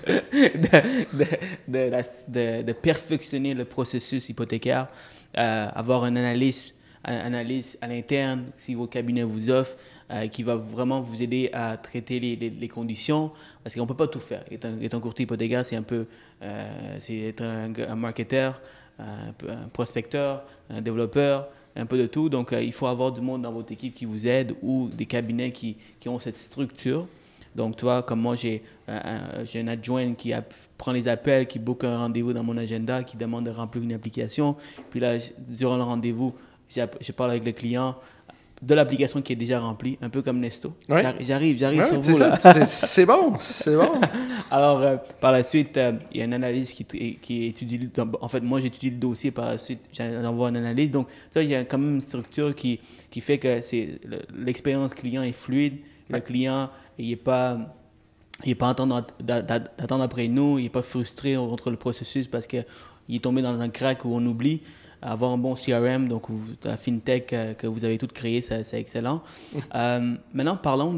de perfectionner le processus hypothécaire, avoir une analyse à l'interne, si vos cabinets vous offrent, qui va vraiment vous aider à traiter les conditions, parce qu'on ne peut pas tout faire. Être un courtier hypothécaire, c'est un peu c'est être un marketeur, un prospecteur, un développeur, un peu de tout. Donc, il faut avoir du monde dans votre équipe qui vous aide ou des cabinets qui ont cette structure. Donc, tu vois, comme moi, j'ai un adjoint qui prend les appels, qui book un rendez-vous dans mon agenda, qui demande de remplir une application. Puis là, durant le rendez-vous, je parle avec le client. de l'application qui est déjà remplie, un peu comme Nesto. Ouais. J'arrive Ouais, sur c'est vous, là. ça, c'est bon, c'est bon. Alors, par la suite, il y a une analyse qui étudie... En fait, moi, j'étudie le dossier. Par la suite, j'envoie une analyse. Donc, ça, il y a quand même une structure qui fait que l'expérience client est fluide. Le client, il n'est pas en train d'attendre après nous. Il n'est pas frustré contre le processus parce qu'il est tombé dans un crack où on oublie. Avoir un bon CRM, donc la FinTech que vous avez tout créé, c'est excellent. Maintenant, parlons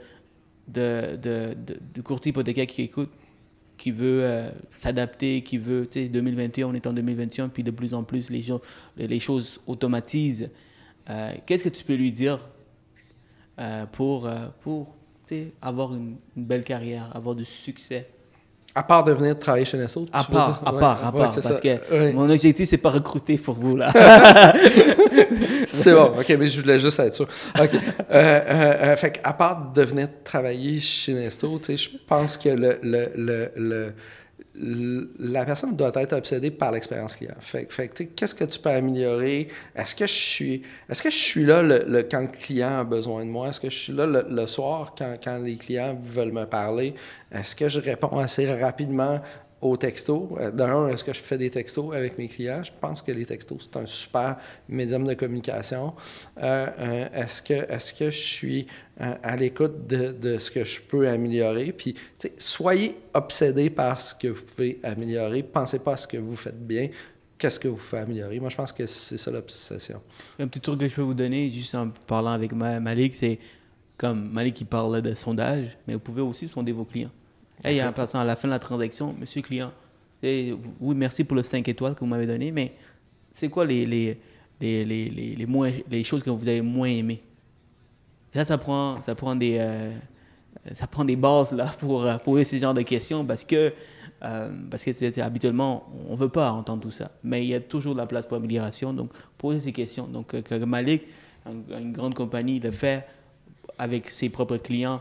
du courtier hypothécaire qui écoute, qui veut s'adapter, qui veut, tu sais, 2021, on est en 2021, puis de plus en plus, les choses automatisent. Qu'est-ce que tu peux lui dire pour tu sais, avoir une belle carrière, avoir du succès? À part de venir travailler chez Nesto, À part, parce que mon objectif, c'est pas recruter pour vous, là. C'est bon, OK, mais je voulais juste être sûr. OK. Fait qu'à part de venir travailler chez Nesto, tu sais, je pense que la personne doit être obsédée par l'expérience client. Fait que tu sais, qu'est-ce que tu peux améliorer? Est-ce que je suis là quand le client a besoin de moi? Est-ce que je suis là le soir quand les clients veulent me parler? Est-ce que je réponds assez rapidement aux textos? D'un, est-ce que je fais des textos avec mes clients? Je pense que les textos, c'est un super médium de communication. Est-ce que je suis à l'écoute de ce que je peux améliorer? Puis, tu sais, soyez obsédés par ce que vous pouvez améliorer. Pensez pas à ce que vous faites bien. Qu'est-ce que vous pouvez améliorer? Moi, je pense que c'est ça l'obsession. Un petit truc que je peux vous donner, juste en parlant avec Malik, c'est comme Malik, il parle de sondage, mais vous pouvez aussi sonder vos clients. Hey, il y a un patient à la fin de la transaction, monsieur client, oui, merci pour le 5 étoiles que vous m'avez donné, mais c'est quoi les choses que vous avez moins aimées? Ça prend des bases là, pour poser ce genre de questions parce que habituellement, on ne veut pas entendre tout ça. Mais il y a toujours de la place pour amélioration, donc posez ces questions. Donc, que Malik, une grande compagnie, le fait avec ses propres clients.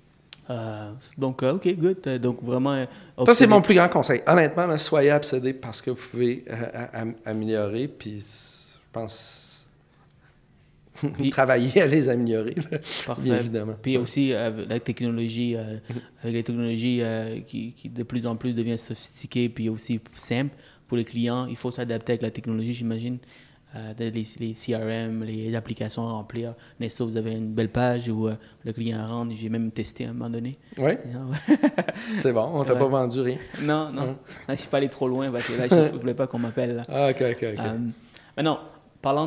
OK, good. Donc, vraiment... Ça, c'est mon plus grand conseil. Honnêtement, là, soyez obsédés parce que vous pouvez améliorer, puis je pense... travailler à les améliorer, bien évidemment. Puis aussi, la technologie, avec les technologies qui de plus en plus deviennent sophistiquées, puis aussi simples pour les clients, il faut s'adapter avec la technologie, j'imagine. Les CRM, les applications à remplir. Nesto, vous avez une belle page où le client rentre. J'ai même testé à un moment donné. Oui. C'est bon, on ne t'a pas vendu rien. Non. Je ne suis pas allé trop loin parce que là, je ne voulais pas qu'on m'appelle. Là. Ah, OK. Maintenant, parlant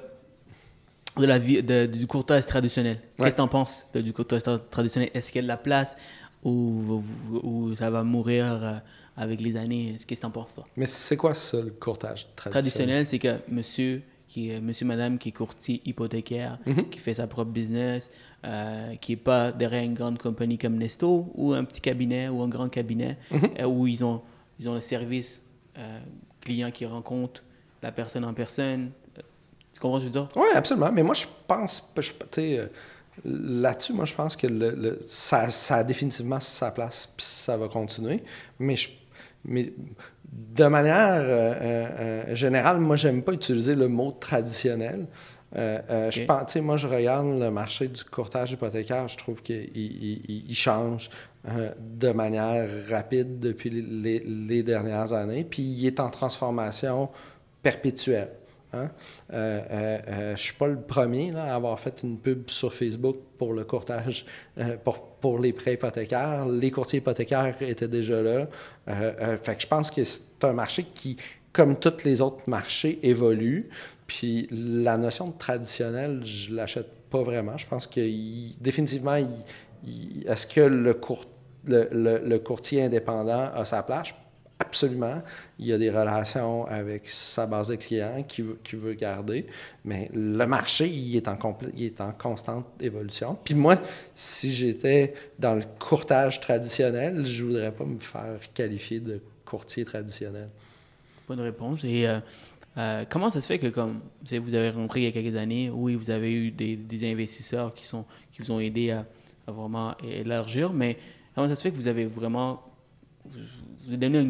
du courtage traditionnel, qu'est-ce que tu en penses du courtage traditionnel? Est-ce qu'il y a de la place ou ça va mourir avec les années? Qu'est-ce que tu en penses, toi? Mais c'est quoi ça, le courtage traditionnel? C'est que monsieur, madame qui est courtier hypothécaire, qui fait sa propre business, qui n'est pas derrière une grande compagnie comme Nesto ou un petit cabinet ou un grand cabinet où ils ont le service client qui rencontre la personne en personne. Tu comprends ce que je veux dire? Oui, absolument. Mais moi, je pense, là-dessus, moi, je pense que ça a définitivement sa place, puis ça va continuer. Mais de manière générale, moi, j'aime pas utiliser le mot traditionnel. Je pense, moi, je regarde le marché du courtage hypothécaire, je trouve qu'il change de manière rapide depuis les dernières années, puis il est en transformation perpétuelle. Hein? Je ne suis pas le premier là, à avoir fait une pub sur Facebook pour le courtage, pour les prêts hypothécaires. Les courtiers hypothécaires étaient déjà là. Fait que je pense que c'est un marché qui, comme tous les autres marchés, évolue. Puis la notion de traditionnel, je ne l'achète pas vraiment. Je pense que définitivement, est-ce que le courtier indépendant a sa place? Absolument. Il y a des relations avec sa base de clients qu'il veut garder, mais le marché, il est en constante évolution. Puis moi, si j'étais dans le courtage traditionnel, je ne voudrais pas me faire qualifier de courtier traditionnel. Bonne réponse. Et comment ça se fait que, comme vous avez rentré il y a quelques années, oui, vous avez eu des investisseurs qui vous ont aidé à vraiment élargir, mais comment ça se fait que vous avez vraiment... Vous êtes devenu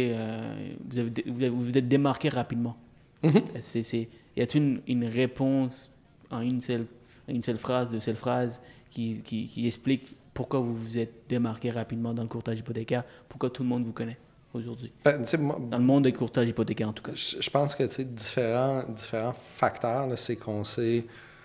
vous êtes démarqué rapidement. Y a-t-il une réponse en une seule une seule phrase, deux seules phrases qui explique pourquoi vous vous êtes démarqué rapidement dans le courtage hypothécaire, pourquoi tout le monde vous connaît aujourd'hui? Dans le monde des courtages hypothécaires, en tout cas. Je pense que différents facteurs, là, c'est qu'on s'est...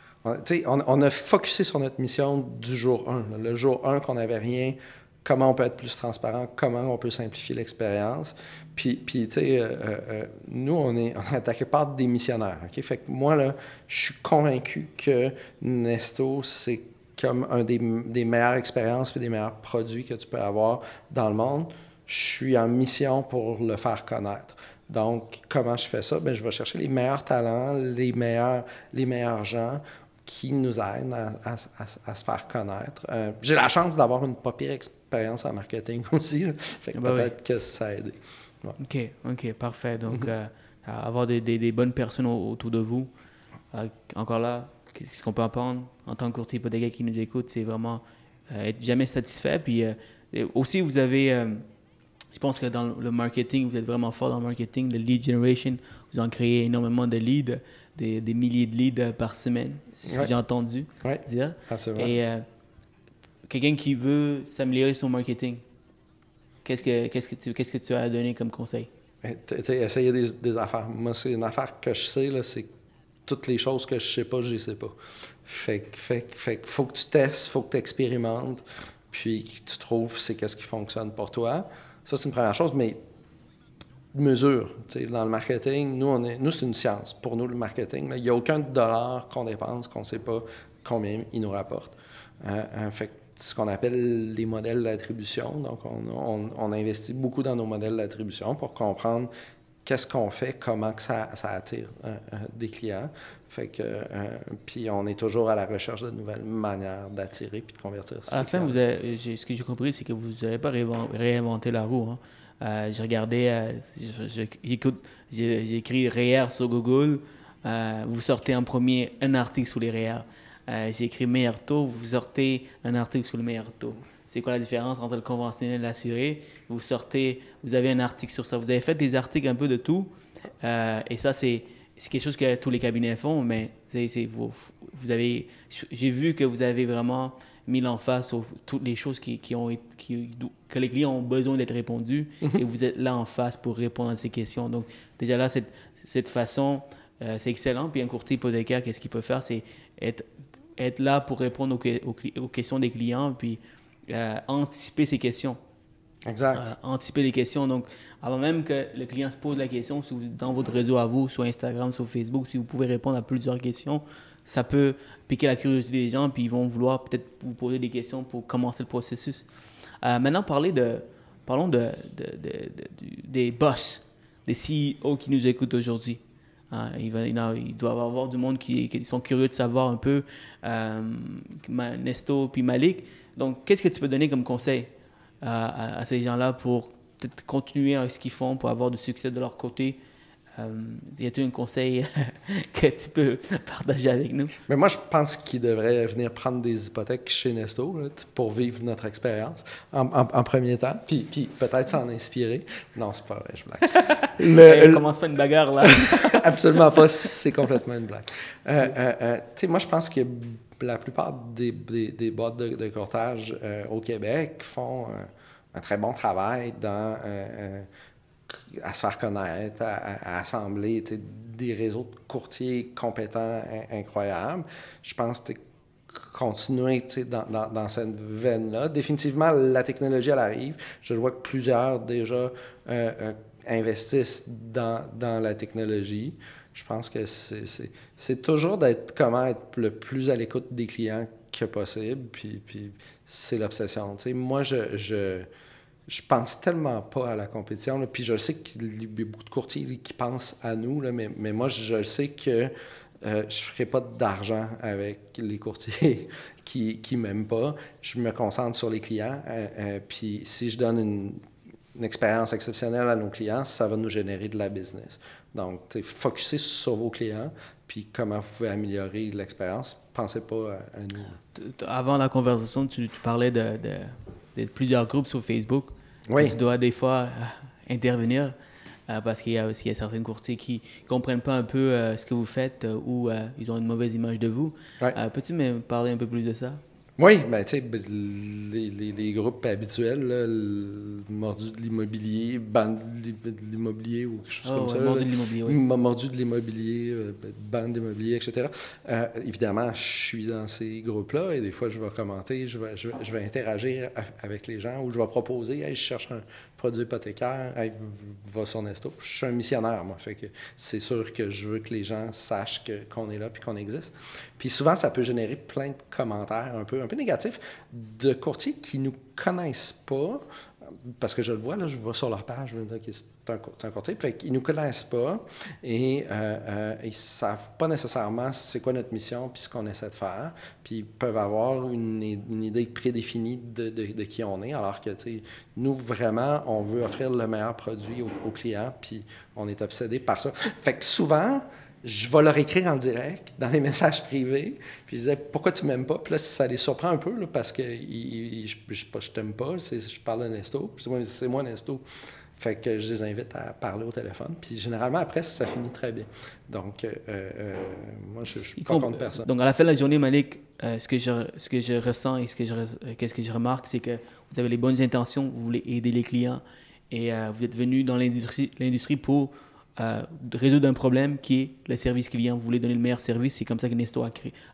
On a focusé sur notre mission du jour 1. Là. Le jour 1 qu'on n'avait rien, comment on peut être plus transparent, comment on peut simplifier l'expérience. Puis tu sais, nous, on est attaqué par des missionnaires. Okay? Fait que moi, là, je suis convaincu que Nesto, c'est comme un des meilleures expériences et des meilleurs produits que tu peux avoir dans le monde. Je suis en mission pour le faire connaître. Donc, comment je fais ça? Bien, je vais chercher les meilleurs talents, les meilleurs gens qui nous aident à se faire connaître. J'ai la chance d'avoir une pas pire expérience en marketing aussi. Là. Fait que peut-être que ça a aidé. Ouais. OK, parfait. Donc, avoir des bonnes personnes autour de vous. Encore là, qu'est-ce qu'on peut apprendre en tant que courtier hypothécaire qui nous écoute, c'est vraiment être jamais satisfait. Puis aussi, vous avez, je pense que dans le marketing, vous êtes vraiment fort dans le marketing, le lead generation. Vous en créez énormément de leads, des milliers de leads par semaine. C'est ce que j'ai entendu dire. Absolument. Et quelqu'un qui veut s'améliorer son marketing, qu'est-ce que tu as à donner comme conseil? Essayer des affaires. Moi, c'est une affaire que je sais, là, c'est toutes les choses que je sais pas, je les sais pas. Fait que faut que tu testes, faut que tu expérimentes, puis que tu trouves qu'est-ce qui fonctionne pour toi. Ça, c'est une première chose, mais mesure. Dans le marketing, nous, c'est une science. Pour nous, le marketing, il n'y a aucun dollar qu'on dépense qu'on ne sait pas combien il nous rapporte. Fait que ce qu'on appelle les modèles d'attribution. Donc, on investit beaucoup dans nos modèles d'attribution pour comprendre qu'est-ce qu'on fait, comment que ça attire des clients. Fait que, puis on est toujours à la recherche de nouvelles manières d'attirer puis de convertir. À la fin, ce que j'ai compris, c'est que vous n'avez pas réinventé la roue. Hein. J'ai regardé, j'ai écrit REER sur Google. Vous sortez en premier un article sur les REER. J'ai écrit meilleur taux, vous sortez un article sur le meilleur taux. C'est quoi la différence entre le conventionnel et l'assuré? Vous avez un article sur ça. Vous avez fait des articles un peu de tout. Et ça, c'est quelque chose que tous les cabinets font, mais j'ai vu que vous avez vraiment mis l'emphase sur toutes les choses que les clients ont besoin d'être répondues et vous êtes là en face pour répondre à ces questions. Donc, déjà là, cette façon, c'est excellent. Puis un courtier hypothécaire, qu'est-ce qu'il peut faire? C'est être là pour répondre aux questions des clients, puis anticiper ces questions. Exact. Anticiper les questions. Donc, avant même que le client se pose la question, dans votre réseau à vous, sur Instagram, sur Facebook, si vous pouvez répondre à plusieurs questions, ça peut piquer la curiosité des gens, puis ils vont vouloir peut-être vous poser des questions pour commencer le processus. Maintenant, parlons des boss, des CEO qui nous écoutent aujourd'hui. Il doit y avoir du monde qui sont curieux de savoir un peu Nesto puis Malik. Donc, qu'est-ce que tu peux donner comme conseil à ces gens-là pour peut-être continuer avec ce qu'ils font, pour avoir du succès de leur côté? Y a-t-il un conseil que tu peux partager avec nous? Mais moi, je pense qu'ils devraient venir prendre des hypothèques chez Nesto là, pour vivre notre expérience en premier temps, puis peut-être s'en inspirer. Non, c'est pas vrai, je blague. On commence pas une bagarre, là. Absolument pas, c'est complètement une blague. Tu sais, moi, je pense que la plupart des boîtes de courtage au Québec font un très bon travail à se faire connaître, à assembler des réseaux de courtiers compétents incroyables. Je pense que continuer dans cette veine-là. Définitivement, la technologie, elle arrive. Je vois que plusieurs déjà investissent dans la technologie. Je pense que c'est toujours comment être le plus à l'écoute des clients que possible, puis c'est l'obsession. Moi, je pense tellement pas à la compétition, là, puis je sais qu'il y a beaucoup de courtiers qui pensent à nous, là, mais moi, je sais que je ne ferai pas d'argent avec les courtiers qui m'aiment pas. Je me concentre sur les clients, puis si je donne une expérience exceptionnelle à nos clients, ça va nous générer de la business. Donc, focussez sur vos clients, puis comment vous pouvez améliorer l'expérience. Pensez pas à nous. Avant la conversation, tu parlais de plusieurs groupes sur Facebook. Oui. Tu dois des fois intervenir. parce qu'il y a certains courtiers qui ne comprennent pas un peu ce que vous faites ou ils ont une mauvaise image de vous. Ouais. Peux-tu me parler un peu plus de ça? Oui, ben, tu sais, les groupes habituels, là, le mordu de l'immobilier, bande de l'immobilier ou quelque chose comme ça. Mordu de l'immobilier, oui. Mordu de l'immobilier, bande d'immobilier, etc. Évidemment, je suis dans ces groupes-là et des fois, je vais commenter, je vais interagir avec les gens ou je vais proposer, hey, je cherche un produit hypothécaire, hey, va sur Nesto. Je suis un missionnaire, moi, fait que c'est sûr que je veux que les gens sachent qu'on est là puis qu'on existe. Puis souvent, ça peut générer plein de commentaires un peu négatifs de courtiers qui ne nous connaissent pas, parce que je le vois, là, je vois sur leur page, je me dis que c'est un courtier, fait qu'ils ne nous connaissent pas et ils ne savent pas nécessairement c'est quoi notre mission puis ce qu'on essaie de faire, puis ils peuvent avoir une idée prédéfinie de qui on est, alors que, tu sais, nous, vraiment, on veut offrir le meilleur produit aux clients, puis on est obsédé par ça. Fait que souvent, je vais leur écrire en direct, dans les messages privés, puis je disais « Pourquoi tu m'aimes pas? » Puis là, ça les surprend un peu, là, parce que je t'aime pas, je parle de Nesto. Je dis « C'est moi Nesto. » Fait que je les invite à parler au téléphone. Puis généralement, après, ça finit très bien. Donc, moi, je ne suis pas contre personne. Donc, à la fin de la journée, Malik, ce que je ressens et qu'est-ce que je remarque, c'est que vous avez les bonnes intentions, vous voulez aider les clients et vous êtes venu dans l'industrie pour résoudre un problème qui est le service client. Vous voulez donner le meilleur service. C'est comme ça que Nesto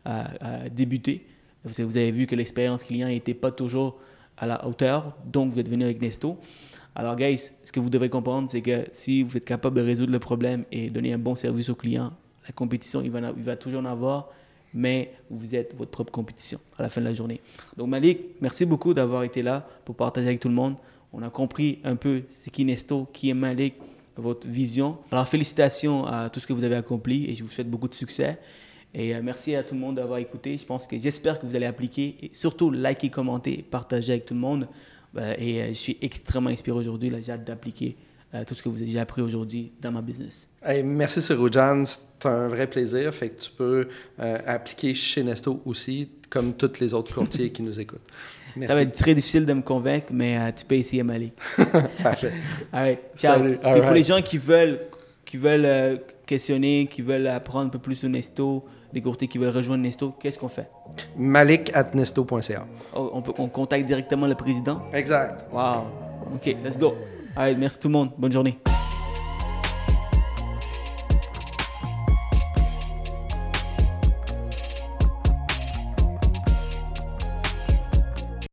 a débuté. Vous avez vu que l'expérience client n'était pas toujours à la hauteur, donc vous êtes venu avec Nesto. Alors, guys, ce que vous devez comprendre, c'est que si vous êtes capable de résoudre le problème et donner un bon service au client, la compétition, il va toujours en avoir, mais vous êtes votre propre compétition à la fin de la journée. Donc, Malik, merci beaucoup d'avoir été là pour partager avec tout le monde. On a compris un peu c'est qui Nesto, qui est Malik, votre vision. Alors, félicitations à tout ce que vous avez accompli et je vous souhaite beaucoup de succès. Et merci à tout le monde d'avoir écouté. J'espère que vous allez appliquer et surtout liker, commenter, partager avec tout le monde. Et je suis extrêmement inspiré aujourd'hui. J'ai hâte d'appliquer tout ce que vous avez appris aujourd'hui dans ma business. Hey, merci Surujan, c'est un vrai plaisir. Fait que tu peux appliquer chez Nesto aussi, comme tous les autres courtiers qui nous écoutent. Merci. Ça va être très difficile de me convaincre, mais tu peux essayer, Malik. Parfait. All right. Ciao. Salut. Et pour les gens qui veulent questionner, qui veulent apprendre un peu plus sur Nesto, des courtiers qui veulent rejoindre Nesto, qu'est-ce qu'on fait? Malik@nesto.ca. On contacte directement le président? Exact. Wow. OK, let's go. All right, merci tout le monde. Bonne journée.